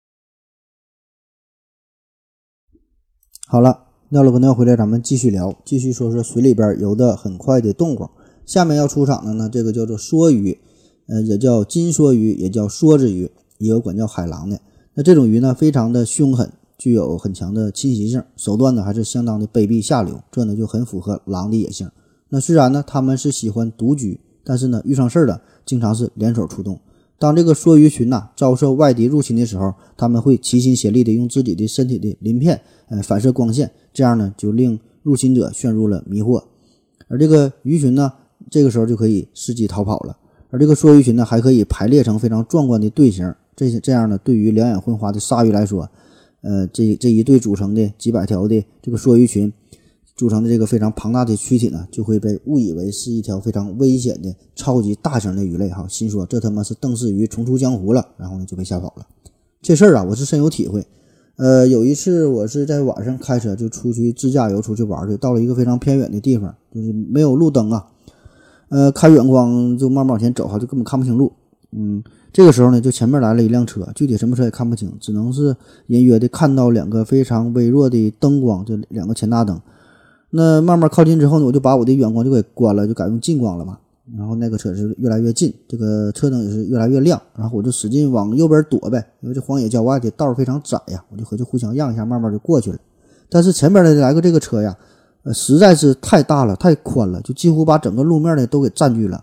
好了，尿了个尿回来，咱们继续聊，继续说说水里边游得很快的动物。下面要出场的呢，这个叫做梭鱼，也叫金梭鱼，也叫梭子鱼，也有管叫海狼的。那这种鱼呢，非常的凶狠，具有很强的侵袭性，手段呢还是相当的卑鄙下流，这呢就很符合狼的野性。那虽然呢他们是喜欢独居，但是呢遇上事儿了，经常是联手出动。当这个梭鱼群遭受外敌入侵的时候，他们会齐心协力的用自己的身体的鳞片反射光线，这样呢就令入侵者陷入了迷惑。而这个鱼群呢，这个时候就可以伺机逃跑了。而这个梭鱼群呢，还可以排列成非常壮观的队形，这样呢，对于两眼昏花的鲨鱼来说，这一队组成的几百条的这个梭鱼群组成的这个非常庞大的躯体呢，就会被误以为是一条非常危险的超级大型的鱼类哈，心说这他妈是邓氏鱼重出江湖了，然后呢就被吓跑了。这事儿啊，我是深有体会。有一次我是在晚上开车就出去自驾游出去玩去，到了一个非常偏远的地方，就是没有路灯啊，开远光就慢慢往前走哈，就根本看不清路。这个时候呢，就前面来了一辆车，具体什么车也看不清，只能是隐约的看到两个非常微弱的灯光，这两个前大灯。那慢慢靠近之后呢，我就把我的远光就给关了，就改用近光了嘛。然后那个车是越来越近，这个车灯也是越来越亮，然后我就使劲往右边躲呗，因为这荒野郊外的道非常窄呀，我就合计互相让一下，慢慢就过去了。但是前边的来个这个车呀，实在是太大了，太宽了，就几乎把整个路面呢都给占据了。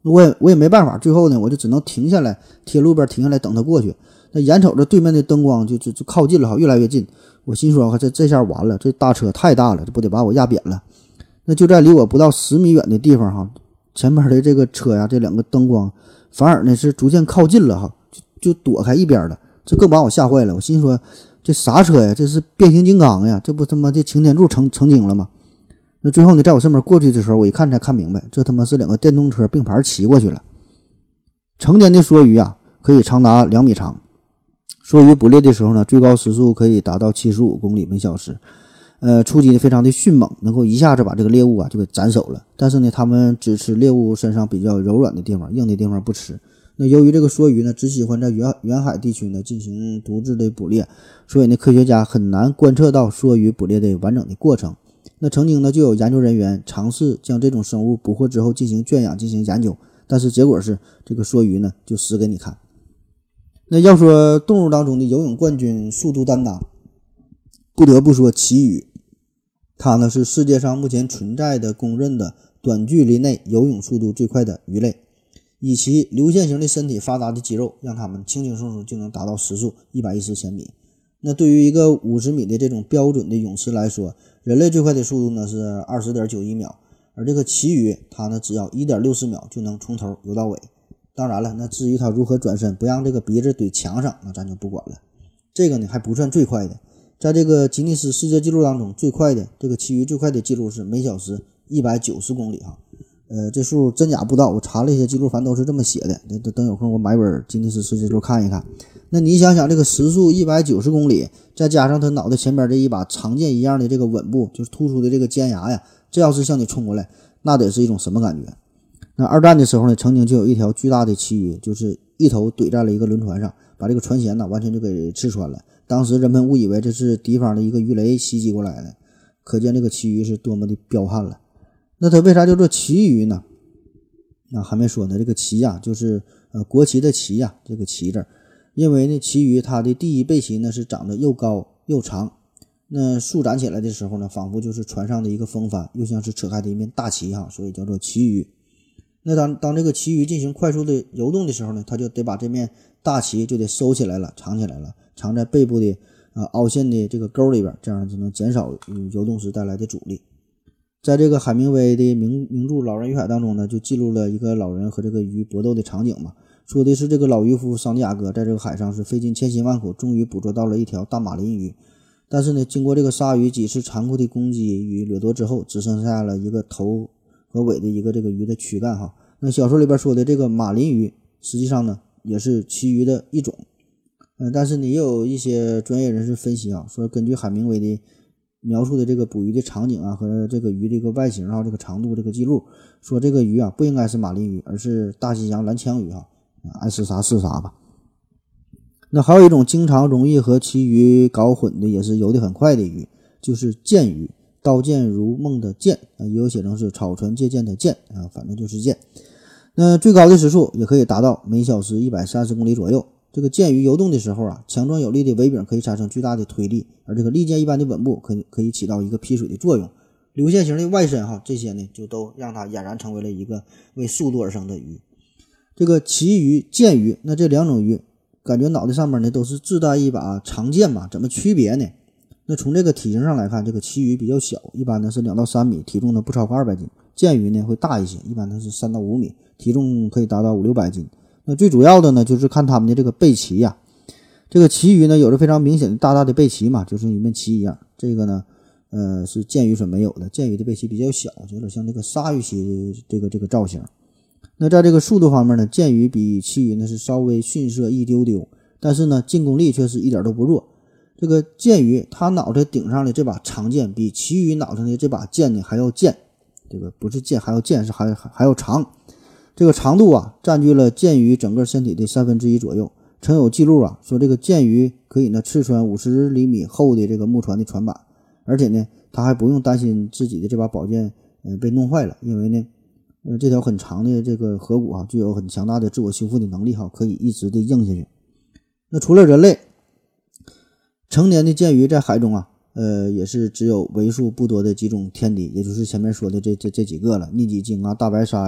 我也没办法，最后呢我就只能停下来，贴路边停下来等他过去。那眼瞅着对面的灯光就靠近了，越来越近，我心说这下完了，这大车太大了，这不得把我压扁了。那就在离我不到10米远的地方哈，前面的这个车呀，这两个灯光反而呢是逐渐靠近了哈，就躲开一边了，这更把我吓坏了。我心说这啥车呀，这是变形金刚呀，这不他妈的擎天柱成精了吗？那最后呢，在我身边过去的时候，我一看才看明白，这他妈是两个电动车并排骑过去了。成年的梭鱼啊可以长达2米长，梭鱼捕猎的时候呢，最高时速可以达到75公里每小时，出击的非常的迅猛，能够一下子把这个猎物啊就给斩首了。但是呢，他们只吃猎物身上比较柔软的地方，硬的地方不吃。那由于这个梭鱼呢，只喜欢在远海地区呢进行独自的捕猎，所以呢，科学家很难观测到梭鱼捕猎的完整的过程。那曾经呢，就有研究人员尝试将这种生物捕获之后进行圈养，进行研究，但是结果是这个梭鱼呢就死给你看。那要说动物当中的游泳冠军、速度担当，不得不说旗鱼。它呢是世界上目前存在的公认的短距离内游泳速度最快的鱼类，以其流线型的身体、发达的肌肉，让它们轻轻松松就能达到时速110千米。那对于一个50米的这种标准的泳池来说，人类最快的速度呢是 20.91 秒，而这个旗鱼它呢只要 1.64 秒就能从头游到尾。当然了，那至于它如何转身不让这个鼻子怼墙上，那咱就不管了。这个呢还不算最快的，在这个吉尼斯世界纪录当中，最快的这个旗鱼最快的记录是每小时190公里哈。这数真假不知道，我查了一些记录，反正都是这么写的。等有空我买本吉尼斯世界纪录看一看。那你想想，这个时速190公里，再加上他脑袋前边这一把长剑一样的这个吻部，就是突出的这个尖牙呀，这要是向你冲过来，那得是一种什么感觉？那二战的时候呢，曾经就有一条巨大的旗鱼，就是一头怼在了一个轮船上，把这个船舷呢完全就给刺穿了。当时人们误以为这是敌方的一个鱼雷袭击过来的，可见这个旗鱼是多么的彪悍了。那它为啥叫做旗鱼呢？还没说呢，这个旗呀，就是国旗的旗呀，这个旗字。因为呢，旗鱼它的第一背鳍呢是长得又高又长，那舒展起来的时候呢，仿佛就是船上的一个风帆，又像是扯开的一面大旗哈，所以叫做旗鱼。那当这个旗鱼进行快速的游动的时候呢，它就得把这面大旗就得收起来了，藏起来了，藏在背部的凹陷的这个沟里边，这样就能减少游动时带来的阻力。在这个海明威的名著《老人与海》当中呢，就记录了一个老人和这个鱼搏斗的场景嘛。说的是这个老渔夫桑迪亚哥在这个海上是费尽千辛万苦，终于捕捉到了一条大马林鱼。但是呢，经过这个鲨鱼几次残酷的攻击与掠夺之后，只剩下了一个头和尾的一个这个鱼的躯干哈。那小说里边说的这个马林鱼，实际上呢也是旗鱼的一种。但是呢，也有一些专业人士分析啊，说根据海明威的描述的这个捕鱼的场景啊和这个鱼的一个外形啊、这个长度这个记录，说这个鱼啊不应该是马林鱼，而是大西洋蓝枪鱼哈。爱是啥是啥吧。那还有一种经常容易和旗鱼搞混的，也是游得很快的鱼，就是剑鱼，刀剑如梦的剑也有写成是草船借箭的箭反正就是箭。那最高的时速也可以达到每小时130公里左右。这个剑鱼游动的时候啊，强壮有力的尾柄可以产生巨大的推力，而这个利剑一般的吻部可以起到一个劈水的作用。流线型的外身这些呢就都让它俨然成为了一个为速度而生的鱼。这个旗鱼、剑鱼，那这两种鱼感觉脑袋上面呢都是自带一把长剑嘛，怎么区别呢？那从这个体型上来看，这个旗鱼比较小，一般呢是2到3米，体重呢不超过200斤。剑鱼呢会大一些，一般呢是3到5米，体重可以达到500-600斤。那最主要的呢就是看它们的这个背鳍呀。这个旗鱼呢有着非常明显的大大的背鳍嘛，就是一面旗一样。这个呢是剑鱼所没有的，剑鱼的背鳍比较小，有点像这个鲨鱼鳍这个造型。那在这个速度方面呢，剑鱼比旗鱼呢是稍微逊色一丢丢，但是呢进攻力却是一点都不弱。这个剑鱼它脑袋顶上的这把长剑比旗鱼脑上的这把剑呢还要剑，这个不是剑还要剑，是还要长。这个长度占据了剑鱼整个身体的1/3左右。曾有记录说这个剑鱼可以呢刺穿50厘米厚的这个木船的船板，而且呢它还不用担心自己的这把宝剑被弄坏了，因为呢这条很长的这个颌骨具有很强大的自我修复的能力可以一直的硬下去。那除了人类，成年的剑鱼在海中也是只有为数不多的几种天敌，也就是前面说的这几个了，逆戟鲸大白鲨呀、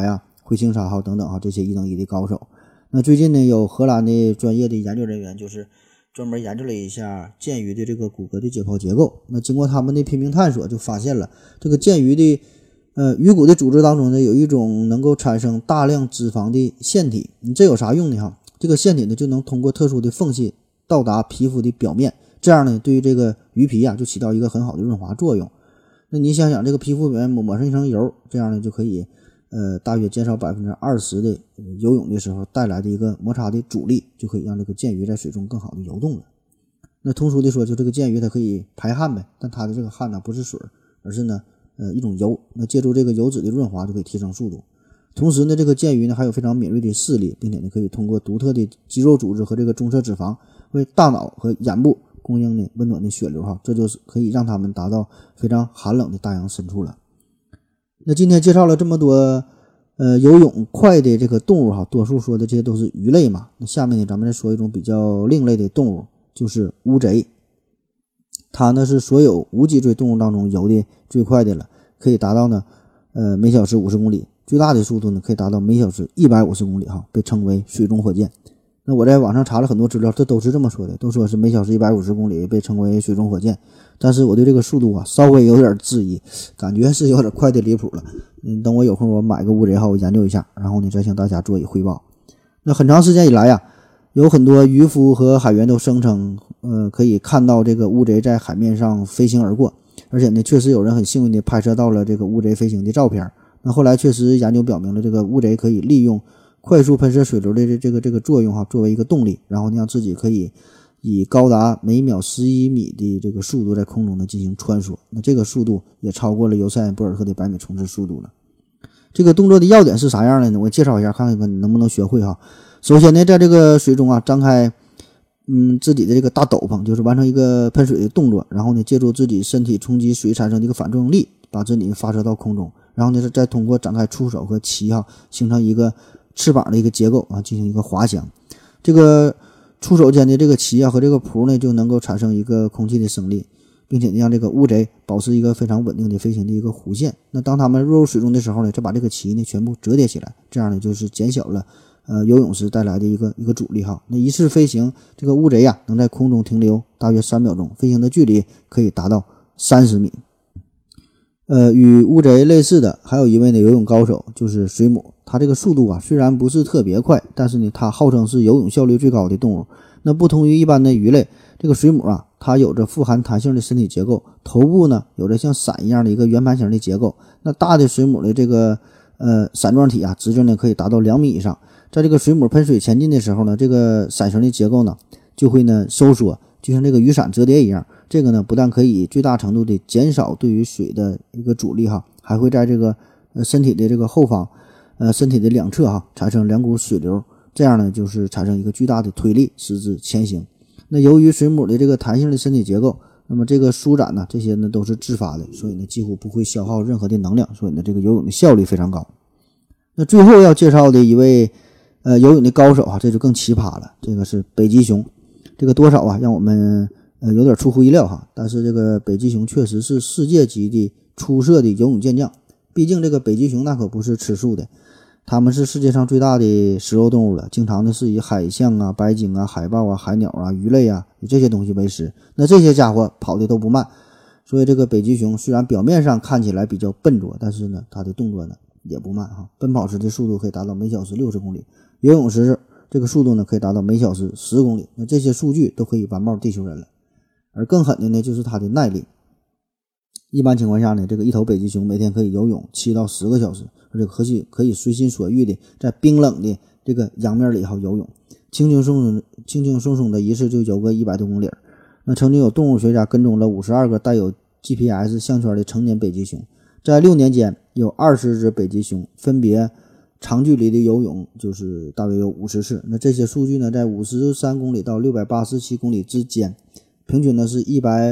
灰青鲨等等这些一等一的高手。那最近呢，有荷兰的专业的研究人员就是专门研究了一下剑鱼的这个骨骼的解剖结构。那经过他们的拼命探索，就发现了这个剑鱼的鱼骨的组织当中呢，有一种能够产生大量脂肪的腺体。这有啥用呢？这个腺体呢，就能通过特殊的缝隙到达皮肤的表面，这样呢，对于这个鱼皮就起到一个很好的润滑作用。那你想想，这个皮肤表面抹上一层油，这样呢就可以大约减少 20% 的游泳的时候带来的一个摩擦的阻力，就可以让这个剑鱼在水中更好的游动了。那通俗的说，就这个剑鱼它可以排汗呗，但它的这个汗呢不是水，而是呢一种油。那借助这个油脂的润滑就可以提升速度。同时呢，这个剑鱼呢还有非常敏锐的视力，并且呢可以通过独特的肌肉组织和这个棕色脂肪为大脑和眼部供应呢温暖的血流这就是可以让它们达到非常寒冷的大洋深处了。那今天介绍了这么多游泳快的这个动物多数说的这些都是鱼类嘛。那下面呢咱们再说一种比较另类的动物，就是乌贼。它呢是所有无脊椎动物当中游的最快的了，可以达到呢每小时50公里，最大的速度呢可以达到每小时150公里被称为水中火箭。那我在网上查了很多资料，这都是这么说的，都说是每小时150公里被称为水中火箭。但是我对这个速度稍微有点质疑，感觉是有点快的离谱了。等我有空我买个乌贼我研究一下，然后呢再向大家做一汇报。那很长时间以来有很多渔夫和海员都声称可以看到这个乌贼在海面上飞行而过，而且呢确实有人很幸运的拍摄到了这个乌贼飞行的照片。那后来确实研究表明了，这个乌贼可以利用快速喷射水流的这个作用作为一个动力，然后让自己可以以高达每秒11米的这个速度在空中进行穿梭。那这个速度也超过了尤塞恩·博尔特的100米冲刺速度了。这个动作的要点是啥样的呢？我介绍一下，看看你能不能学会首先呢，在这个水中张开自己的这个大斗篷，就是完成一个喷水的动作，然后呢借助自己身体冲击水产生的一个反作用力，把自己发射到空中，然后呢再通过展开触手和鳍形成一个翅膀的一个结构进行一个滑翔。这个触手间的这个鳍和这个蹼呢就能够产生一个空气的升力，并且让这个乌贼保持一个非常稳定的飞行的一个弧线。那当它们落入水中的时候呢，再把这个鳍呢全部折叠起来，这样呢就是减小了游泳时带来的一个阻力那一次飞行，这个乌贼能在空中停留大约3秒钟，飞行的距离可以达到30米。与乌贼类似的还有一位呢游泳高手，就是水母。它这个速度虽然不是特别快，但是呢它号称是游泳效率最高的动物。那不同于一般的鱼类，这个水母它有着富含弹性的身体结构，头部呢有着像伞一样的一个圆盘形的结构。那大的水母的这个伞状体直径呢可以达到2米以上。在这个水母喷水前进的时候呢，这个伞形的结构呢就会呢收缩，就像这个雨伞折叠一样。这个呢不但可以最大程度的减少对于水的一个阻力还会在这个身体的这个后方身体的两侧产生2股水流，这样呢就是产生一个巨大的推力，使之前行。那由于水母的这个弹性的身体结构，那么这个舒展这些呢都是自发的，所以呢几乎不会消耗任何的能量，所以呢这个游泳的效率非常高。那最后要介绍的一位游泳的高手这就更奇葩了，这个是北极熊。这个多少让我们有点出乎意料但是这个北极熊确实是世界级的出色的游泳健将。毕竟这个北极熊那可不是吃素的，它们是世界上最大的食肉动物了，经常的是以海象白鲸海豹海鸟鱼类以这些东西为食。那这些家伙跑的都不慢，所以这个北极熊虽然表面上看起来比较笨拙，但是呢它的动作呢也不慢奔跑时的速度可以达到每小时60公里，游泳时这个速度呢可以达到每小时10公里。那这些数据都可以完爆地球人了。而更狠的呢就是它的耐力。一般情况下呢，这个一头北极熊每天可以游泳7到10个小时，而且可以随心所欲的在冰冷的这个洋面里游泳，轻轻松松的一次就游个100多公里。那曾经有动物学家跟踪了52个带有 GPS 项圈的成年北极熊，在6年间有20只北极熊分别长距离的游泳就是大约有50次。那这些数据呢在53公里到687公里之间，平均呢是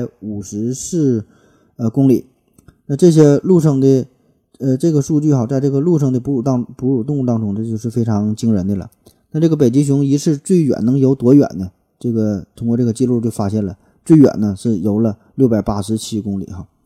154公里。那这些陆生的这个数据在这个陆生的哺乳动物当中，这就是非常惊人的了。那这个北极熊一次最远能游多远呢？这个通过这个记录就发现了，最远呢是游了687公里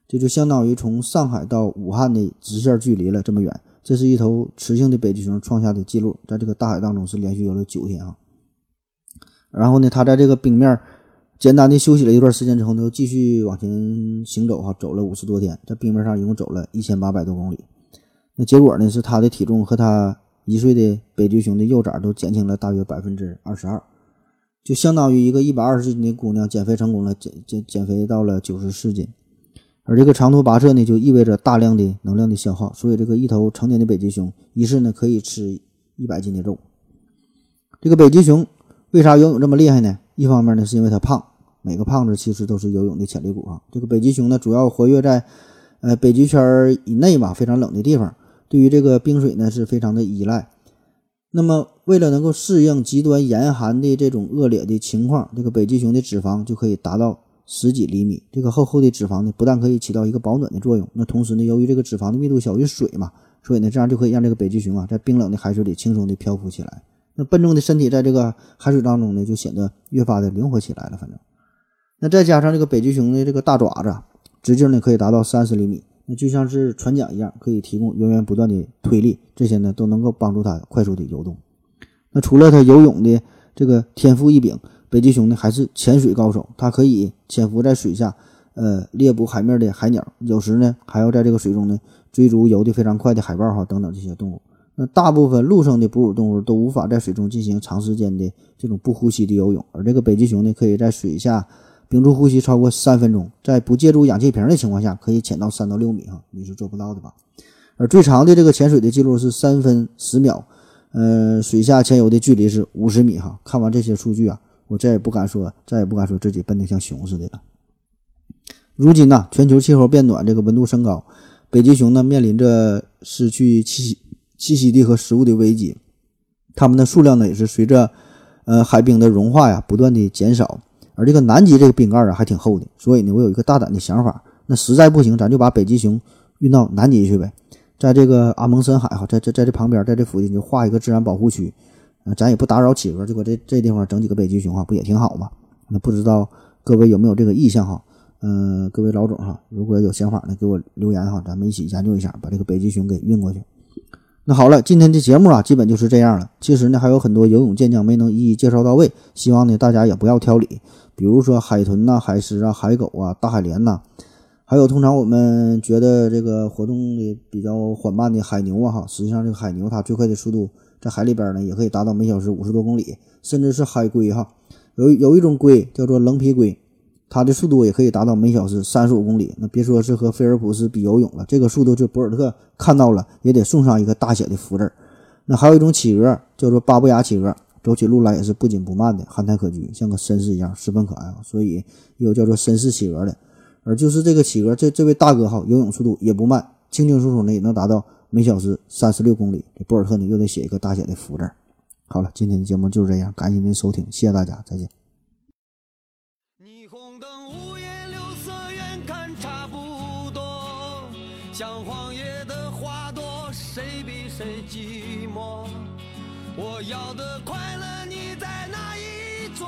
这就相当于从上海到武汉的直线距离了这么远。这是一头雌性的北极熊创下的记录，在这个大海当中是连续游了9天啊。然后呢，它在这个冰面简单的休息了一段时间之后呢，又继续往前行走哈，走了50多天，在冰面上一共走了1800多公里。那结果呢，是它的体重和它1岁的北极熊的幼崽都减轻了大约 22%， 就相当于一个120斤的姑娘减肥成功了，减肥到了94斤。而这个长途跋涉呢，就意味着大量的能量的消耗，所以这个一头成年的北极熊一次呢可以吃100斤的肉。这个北极熊为啥游泳这么厉害呢？一方面呢是因为它胖，每个胖子其实都是游泳的潜力股啊。这个北极熊呢主要活跃在北极圈以内吧，非常冷的地方，对于这个冰水呢是非常的依赖。那么为了能够适应极端严寒的这种恶劣的情况，这个北极熊的脂肪就可以达到10几厘米。这个厚厚的脂肪呢，不但可以起到一个保暖的作用，那同时呢，由于这个脂肪的密度小于水嘛，所以呢，这样就可以让这个北极熊啊，在冰冷的海水里轻松的漂浮起来。那笨重的身体在这个海水当中呢，就显得越发的灵活起来了。反正，那再加上这个北极熊的这个大爪子，直径呢可以达到30厘米，那就像是船桨一样，可以提供源源不断的推力，这些呢都能够帮助它快速的游动。那除了它游泳的这个天赋异禀，北极熊呢还是潜水高手，它可以潜伏在水下，猎捕海面的海鸟，有时呢还要在这个水中呢追逐游得非常快的海豹哈等等这些动物。那大部分陆生的哺乳动物都无法在水中进行长时间的这种不呼吸的游泳，而这个北极熊呢可以在水下屏住呼吸超过3分钟，在不借助氧气瓶的情况下可以潜到3到6米哈，你是做不到的吧？而最长的这个潜水的记录是3分10秒，水下潜游的距离是50米哈。看完这些数据啊，我再也不敢说自己笨得像熊似的了。如今呢，全球气候变暖，这个温度升高，北极熊呢面临着失去栖息地和食物的危机，它们的数量呢也是随着海冰的融化呀不断的减少。而这个南极这个冰盖啊还挺厚的，所以呢我有一个大胆的想法，那实在不行咱就把北极熊运到南极去呗，在这个阿蒙森海哈，在这旁边，在这附近就划一个自然保护区，咱也不打扰企鹅，结果这地方整几个北极熊哈，不也挺好吗？那不知道各位有没有这个意向哈？各位老总哈，如果有想法呢，给我留言哈，咱们一起研究一下，把这个北极熊给运过去。那好了，今天的节目啊，基本就是这样了。其实呢，还有很多游泳健将没能一一介绍到位，希望呢大家也不要挑理。比如说海豚呐、海狮啊、海狗啊、大海莲呐，还有通常我们觉得这个活动的比较缓慢的海牛啊哈，实际上这个海牛它最快的速度在海里边呢，也可以达到每小时50多公里，甚至是海龟哈，有一种龟叫做棱皮龟，它的速度也可以达到每小时35公里。那别说是和菲尔普斯比游泳了，这个速度就博尔特看到了也得送上一个大写的福字。那还有一种企鹅叫做巴布亚企鹅，走起路来也是不紧不慢的，憨态可掬，像个绅士一样，十分可爱啊，所以也有叫做绅士企鹅的。而就是这个企鹅，这位大哥哈，游泳速度也不慢，清清楚楚呢也能达到每小时36公里。这博尔特呢又得写一个大写的福字。好了，今天的节目就是这样，感谢您收听，谢谢大家，再见。 霓虹灯五颜六色，远看差不多，像荒野的花朵，谁比谁寂寞？我要的快乐你在哪一座？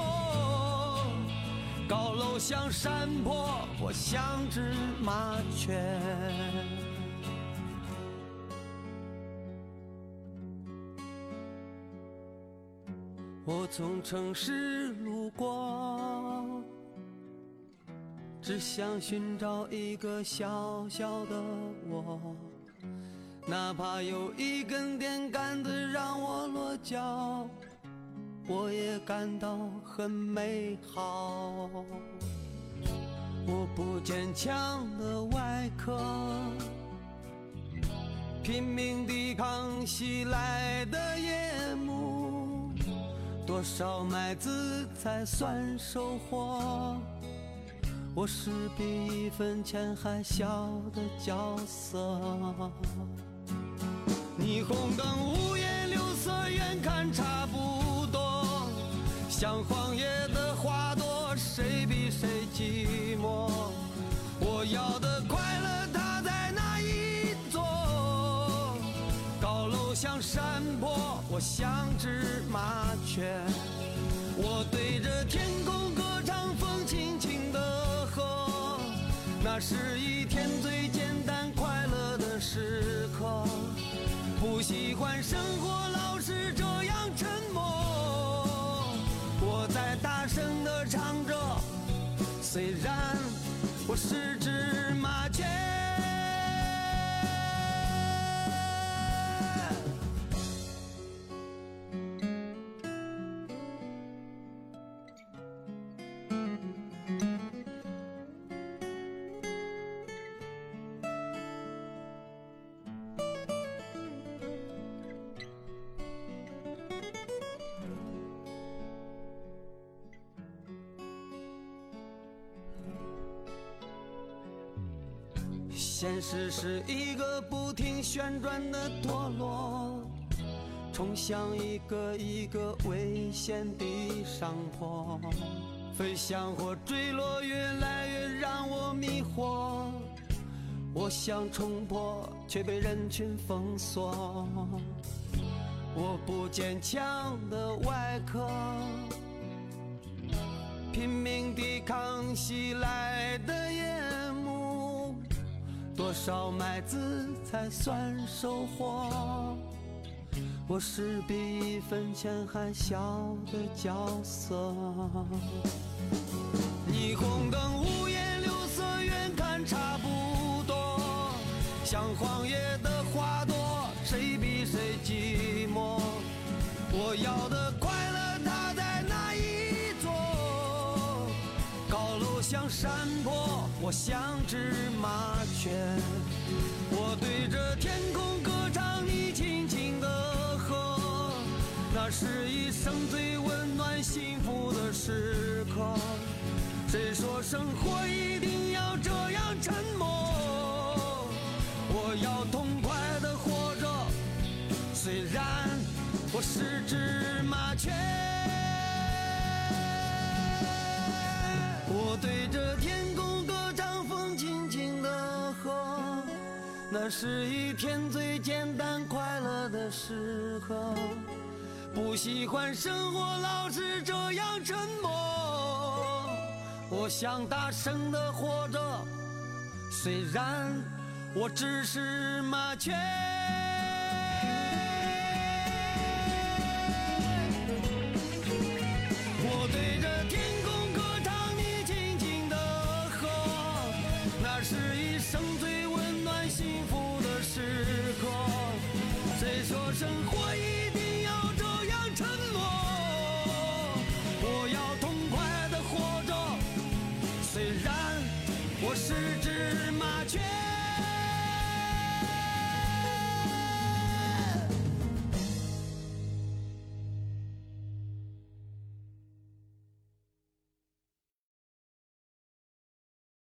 高楼像山坡，我像只麻雀。我从城市路过，只想寻找一个小小的我，哪怕有一根电杆子让我落脚，我也感到很美好。我不坚强的外壳，拼命抵抗袭来的夜幕，多少麦子才算收获？我是比一分钱还小的角色。霓虹灯五颜六色，远看差不多，像荒野的花朵，谁比谁寂寞？我要的快乐它在哪一座？高楼像山坡，我像只麻雀。我对着天空歌唱，风轻轻的河， 那是一天最简单快乐的时刻。不喜欢生活老是这样沉默，我在大声地唱着，虽然我是只麻雀。现实是一个不停旋转的陀螺，冲向一个一个危险的上坡，飞翔或坠落越来越让我迷惑。我想冲破，却被人群封锁。我不坚强的外壳，拼命抵抗袭来的夜幕。多少麦子才算收获？我是比一分钱还小的角色。霓虹灯五颜六色，远看差不多，像荒野的花朵，谁比谁寂寞？我要的快乐，它在哪一座？高楼像山坡，我像只麻雀。我对着天空歌唱，你轻轻地和，那是一生最温暖幸福的时刻。谁说生活一定要这样沉默？我要痛快地活着，虽然我是只麻雀。我对着天空歌唱，风轻轻地和，那是一天最简单快乐的时刻。不喜欢生活老是这样沉默，我想大声地活着，虽然我只是麻雀。我对着天空歌唱，你轻轻地和，那是一生最温暖幸福的时刻。谁说生活一定要这样沉默？我要痛快地活着，虽然我是只麻雀。